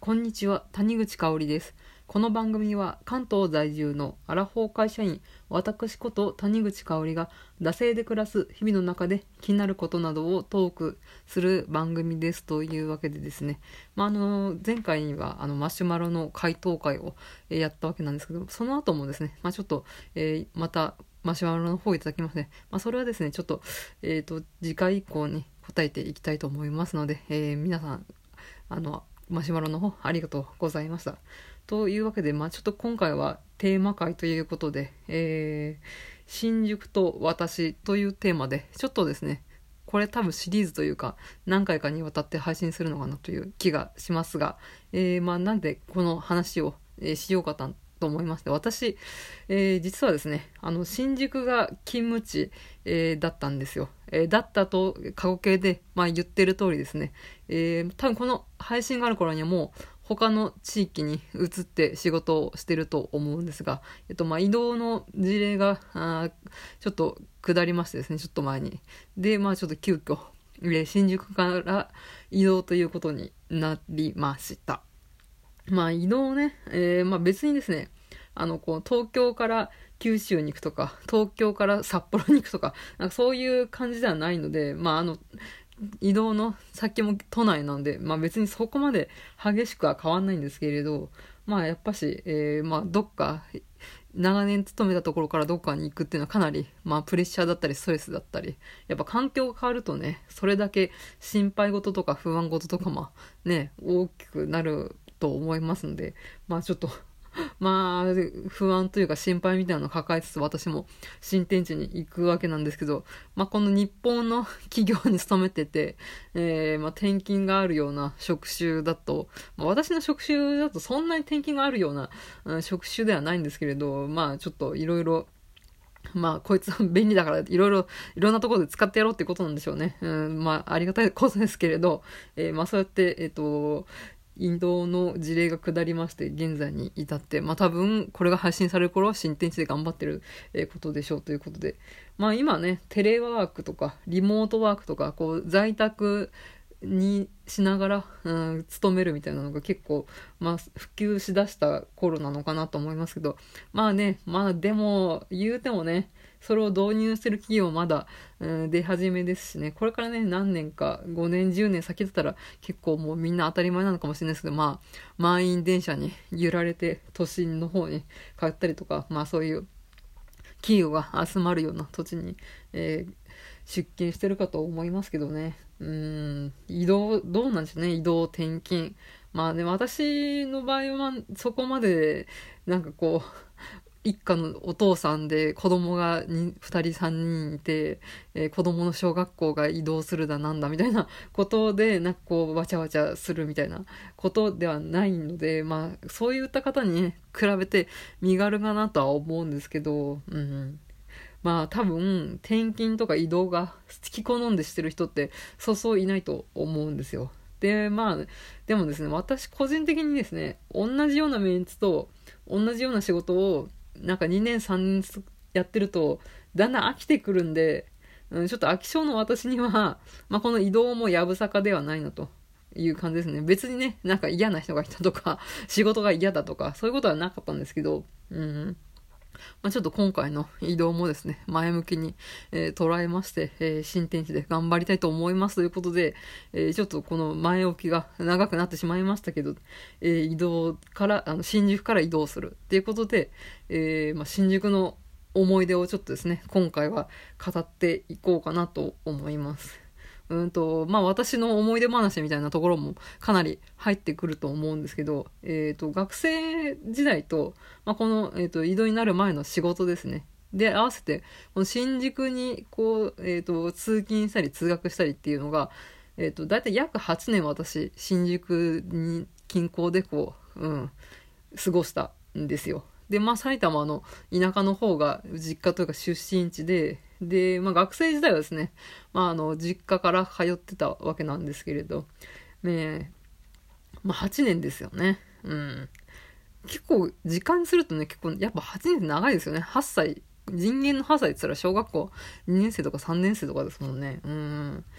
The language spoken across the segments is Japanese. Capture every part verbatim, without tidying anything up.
こんにちは、谷口香織です。この番組は関東在住のアラフォー会社員、私こと谷口香織が惰性で暮らす日々の中で気になることなどをトークする番組ですというわけでですね、まあ、あの前回にはあのマシュマロの回答会をやったわけなんですけど、その後もですね、まあ、ちょっと、えー、またマシュマロの方いただきますね。まあ、それはですね、ちょっと、えーと、次回以降に答えていきたいと思いますので、えー、皆さん、あの、マシュマロの方ありがとうございました。というわけで、まあちょっと今回はテーマ会ということで、えー、新宿と私というテーマで、ちょっとですね、これ多分シリーズというか何回かにわたって配信するのかなという気がしますが、えー、まあなんでこの話を、えー、しようかと思いまして、私、えー、実はですね、あの新宿が勤務地、えー、だったんですよ。えー、だったと過去形で、まあ、言ってる通りですね、えー、多分この配信がある頃にはもう他の地域に移って仕事をしてると思うんですが、えっとまあ移動の事例があちょっと下りましてですね、ちょっと前に。で、まあちょっと急遽、えー、新宿から移動ということになりました。まあ移動ね、えー、まあ別にですね、あのこう東京から九州に行くとか、東京から札幌に行くとか、なんかそういう感じではないので、まああの移動の先も都内なので、まあ別にそこまで激しくは変わんないんですけれど、まあやっぱし、えー、まあどっか長年勤めたところからどっかに行くっていうのはかなり、まあプレッシャーだったりストレスだったり、やっぱ環境が変わるとね、それだけ心配事とか不安事とかまあね、大きくなると思いますので、まあちょっとまあ不安というか心配みたいなのを抱えつつ私も新天地に行くわけなんですけど、まあこの日本の企業に勤めてて、えー、まあ転勤があるような職種だと、まあ、私の職種だとそんなに転勤があるような、うん、職種ではないんですけれど、まあちょっといろいろまあ、こいつは便利だから、いろいろ、いろんなところで使ってやろうっていうことなんでしょうね。うん、まあ、ありがたいことですけれど、えー、まあ、そうやって、えっと、イ動の事例が下りまして、現在に至って、まあ、多分、これが配信される頃は新天地で頑張ってることでしょうということで、まあ、今ね、テレワークとか、リモートワークとか、こう、在宅、にしながら、うん、勤めるみたいなのが結構、まあ、普及しだした頃なのかなと思いますけど、まあね、まあでも、言うてもね、それを導入してる企業まだ、うん、出始めですしね、これからね、何年か、ごねん、じゅうねん先だったら結構もうみんな当たり前なのかもしれないですけど、まあ、満員電車に揺られて都心の方に帰ったりとか、まあそういう企業が集まるような土地に、えー、出勤してるかと思いますけどね。うーん、移動、どうなんでしょうね、移動、転勤。まあね、私の場合はそこまで、なんかこう、一家のお父さんで子供がふたりさんにんいて、えー、子供の小学校が移動するだなんだみたいなことでなんかこうわちゃわちゃするみたいなことではないので、まあそういった方にね比べて身軽かなとは思うんですけど、うん、まあ多分転勤とか移動が好き好んでしてる人ってそうそういないと思うんですよ。でまあでもですね、私個人的にですね、同じようなメンツと同じような仕事をなんかにねんさんねんやってるとだんだん飽きてくるんで、うん、ちょっと飽き性の私には、まあ、この移動もやぶさかではないなという感じですね。別にね、なんか嫌な人がいたとか仕事が嫌だとかそういうことはなかったんですけど、うん、まあ、ちょっと今回の移動もですね、前向きに、えー、捉えまして、えー、新天地で頑張りたいと思いますということで、えー、ちょっとこの前置きが長くなってしまいましたけど、えー、移動から、あの、新宿から移動するっていうことで、えー、まあ、新宿の思い出をちょっとですね、今回は語っていこうかなと思います。うんと、まあ私の思い出話みたいなところもかなり入ってくると思うんですけど、えっと、学生時代と、まあこの、えっと、移動になる前の仕事ですね。で、合わせて、この新宿に、こう、えっと、通勤したり通学したりっていうのが、えっと、だいたい約はちねん私、新宿に、近郊でこう、うん、過ごしたんですよ。で、まあ埼玉の田舎の方が実家というか出身地で、で、まあ学生時代はですね、まああの、実家から通ってたわけなんですけれど、ね、まあはちねんですよね。うん。結構、時間にするとね、結構、やっぱはちねんって長いですよね。はっさい。人間のはっさいって言ったら小学校にねん生とかさんねん生とかですもんね。うん。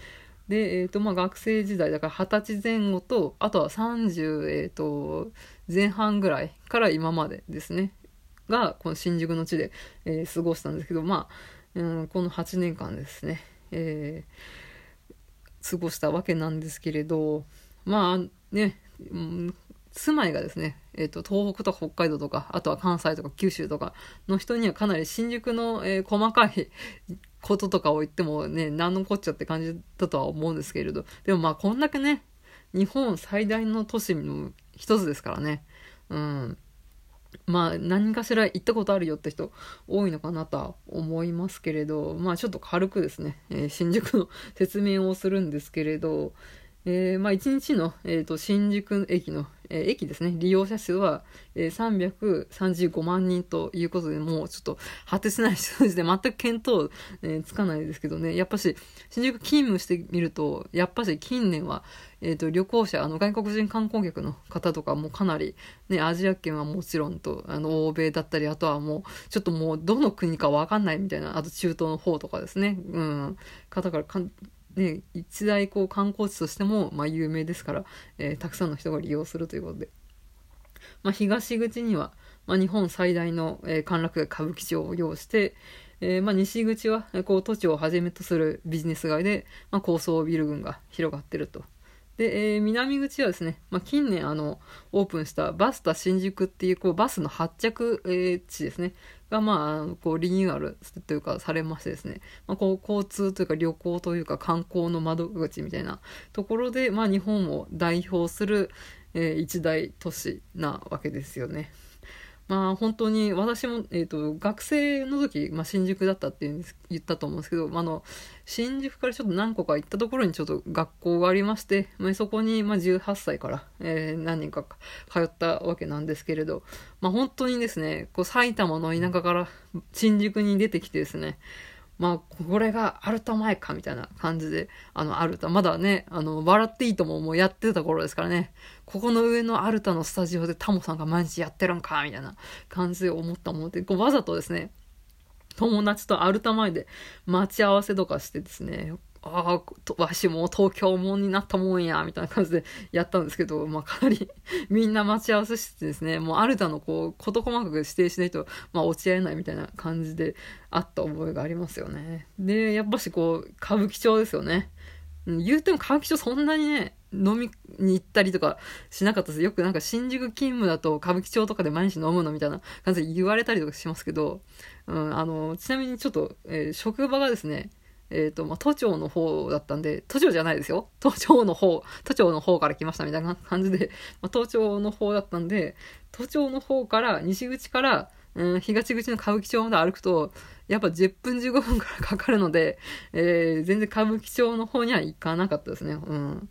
で、えーとまあ、学生時代だからはたちぜん後と、あとはさんじゅう、えーと前半ぐらいから今までですねがこの新宿の地で、えー過ごしたんですけど、まあ、うん、このはちねんかんですね、えー過ごしたわけなんですけれど、まあね、うん、住まいがですね、えーと、東北とか北海道とか、あとは関西とか九州とかの人にはかなり新宿の、えー細かいこととかを言ってもね、何のこっちゃって感じだとは思うんですけれど、でもまあこんだけね、日本最大の都市の一つですからね、うん、まあ何かしら行ったことあるよって人多いのかなとは思いますけれど、まあちょっと軽くですね、えー新宿の説明をするんですけれど、えーまあいちにちの、えーと新宿駅の、えー駅ですね、利用者数は、えーさんびゃくさんじゅうごまんにんということで、もうちょっと果てしない数字で全く見当、えーつかないですけどね、やっぱし新宿勤務してみると、やっぱし近年は、えーと旅行者、あの外国人観光客の方とかもかなり、ね、アジア圏はもちろんと、あの欧米だったり、あとはもうちょっともうどの国かわかんないみたいな、あと中東の方とかですね、うん、方からかんね、一大こう観光地としても、まあ、有名ですから、えーたくさんの人が利用するということで、まあ、東口には、まあ、日本最大の、えー歓楽街歌舞伎町を要して、えーまあ、西口はこう都庁をはじめとするビジネス街で、まあ、高層ビル群が広がっていると。で、えー南口はですね、まあ、近年あのオープンしたバスタ新宿っていう、こうバスの発着、えー地ですねが、まあ、こうリニューアルというかされましてですね、まあ、こう交通というか旅行というか観光の窓口みたいなところで、まあ、日本を代表する、えー一大都市なわけですよね。まあ本当に私も、えーと、学生の時、まあ、新宿だったって言ったと思うんですけど、まあ、あの新宿からちょっと何個か行ったところにちょっと学校がありまして、まあ、そこにまあじゅうはっさいから、えー何人か通ったわけなんですけれど、まあ、本当にですね、こう埼玉の田舎から新宿に出てきてですね、まあ、これがアルタ前かみたいな感じで、あの、アルタ、まだね、あの、笑っていいとももうやってた頃ですからね、ここの上のアルタのスタジオでタモさんが毎日やってるんかみたいな感じで思ったもので、こうわざとですね、友達とアルタ前で待ち合わせとかしてですね、ああ、わしも東京もんになったもんや、みたいな感じでやったんですけど、まあかなりみんな待ち合わせしてですね、もうアルタのこう、事細かく指定しないと、まあ落ち合えないみたいな感じであった覚えがありますよね。で、やっぱしこう、歌舞伎町ですよね。言うても歌舞伎町そんなにね、飲みに行ったりとかしなかったです。よくなんか新宿勤務だと歌舞伎町とかで毎日飲むのみたいな感じで言われたりとかしますけど、うん、あの、ちなみにちょっと、えー職場がですね、えっと、まあ、都庁の方だったんで、都庁じゃないですよ。都庁の方、都庁の方から来ましたみたいな感じで、まあ、都庁の方だったんで、都庁の方から、西口から、うん、東口の歌舞伎町まで歩くと、やっぱじゅっぷんじゅうごふんくらいかかるので、えー、全然歌舞伎町の方には行かなかったですね。うん。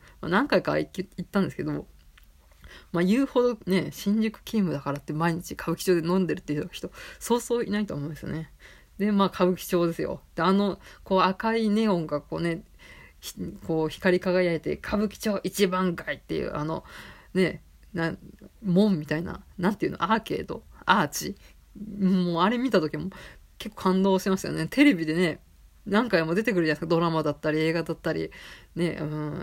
まあ、何回か行き行ったんですけど、まあ言うほどね、新宿勤務だからって毎日歌舞伎町で飲んでるっていう人、そうそういないと思うんですよね。で、まあ歌舞伎町ですよ。で、あの、こう赤いネオンがこうね、こう光り輝いて、歌舞伎町一番街っていう、あの、ね、な、門みたいな、なんていうの、アーケード、アーチ。もうあれ見た時も結構感動しましたよね。テレビでね、何回も出てくるじゃないですか。ドラマだったり映画だったり。ね、うん。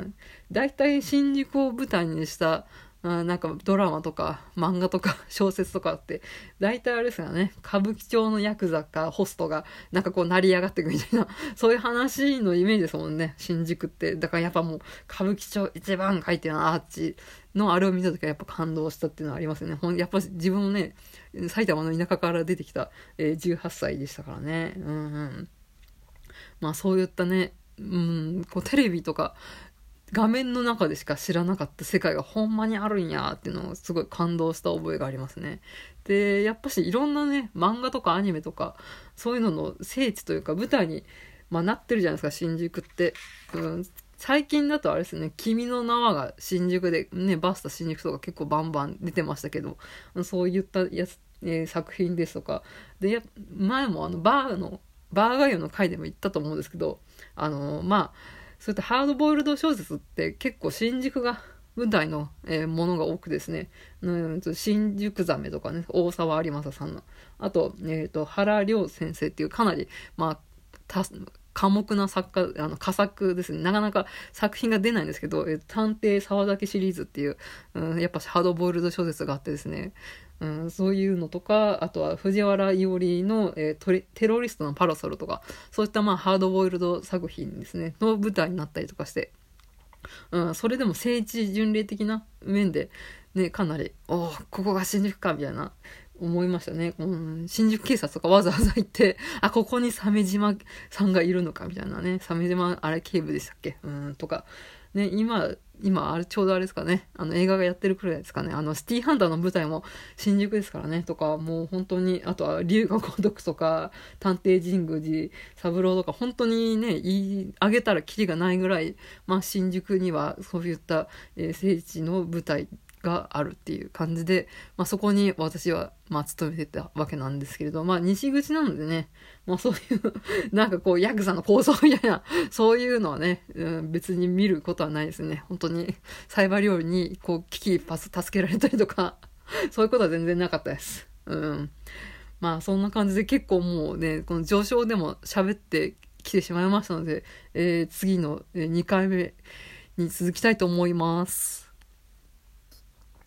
大体新宿を舞台にしたあなんかドラマとか漫画とか小説とかって大体あれですよね、歌舞伎町のヤクザかホストがなんかこう成り上がっていくみたいなそういう話のイメージですもんね、新宿って。だからやっぱもう歌舞伎町一番街っていうのはアーチのあれを見た時はやっぱ感動したっていうのはありますよね。ほんやっぱ自分もね、埼玉の田舎から出てきた、えー、じゅうはっさいでしたからね。うん、うん、まあそういったね、うん、こうテレビとか画面の中でしか知らなかった世界がほんまにあるんやっていうのをすごい感動した覚えがありますね。で、やっぱしいろんなね、漫画とかアニメとか、そういうのの聖地というか舞台に、まあ、なってるじゃないですか、新宿って。うん、最近だとあれですね、君の名はが新宿で、ね、バスタ新宿とか結構バンバン出てましたけど、そういったやつ、えー作品ですとか、で、前もあの、バーの、バーガイオの回でも言ったと思うんですけど、あのー、まあ、そういったハードボイルド小説って結構新宿が舞台の、えーものが多くですね、うんと新宿ザメとかね、大沢有正さんの、あと、えっと、原良先生っていうかなり、まあ、た寡黙な作家、あの、佳作ですね。なかなか作品が出ないんですけど、え探偵沢崎シリーズっていう、うん、やっぱハードボイルド小説があってですね、うん、そういうのとか、あとは藤原伊織の、えー、テロリストのパラソルとか、そういったまあハードボイルド作品ですね、の舞台になったりとかして、うん、それでも聖地巡礼的な面で、ね、かなり、おー、ここが新宿か、みたいな、思いましたね。うん、新宿警察とかわざわざ行って、あ、ここに鮫島さんがいるのか、みたいなね。鮫島、あれ警部でしたっけ、うん、とか。ね、今、今、あれ、ちょうどあれですかね。あの、映画がやってるくらいですかね。あの、シティハンターの舞台も新宿ですからね。とか、もう本当に、あとは、龍が如くとか、探偵神宮寺三郎とか、本当にね、言い上げたらキリがないぐらい、まあ、新宿にはそういった、えー聖地の舞台、があるっていう感じで、まあ、そこに私は、まあ、勤めてたわけなんですけれど、まあ、西口なのでね、まあ、そういうなんかこう、ヤクザの構想みたいな、そういうのはね、うん、別に見ることはないですね。本当に、サイバー料理に、こう、危機一髪助けられたりとか、そういうことは全然なかったです。うん。まあ、そんな感じで結構もうね、この上昇でも喋ってきてしまいましたので、えー、次のにかいめに続きたいと思います。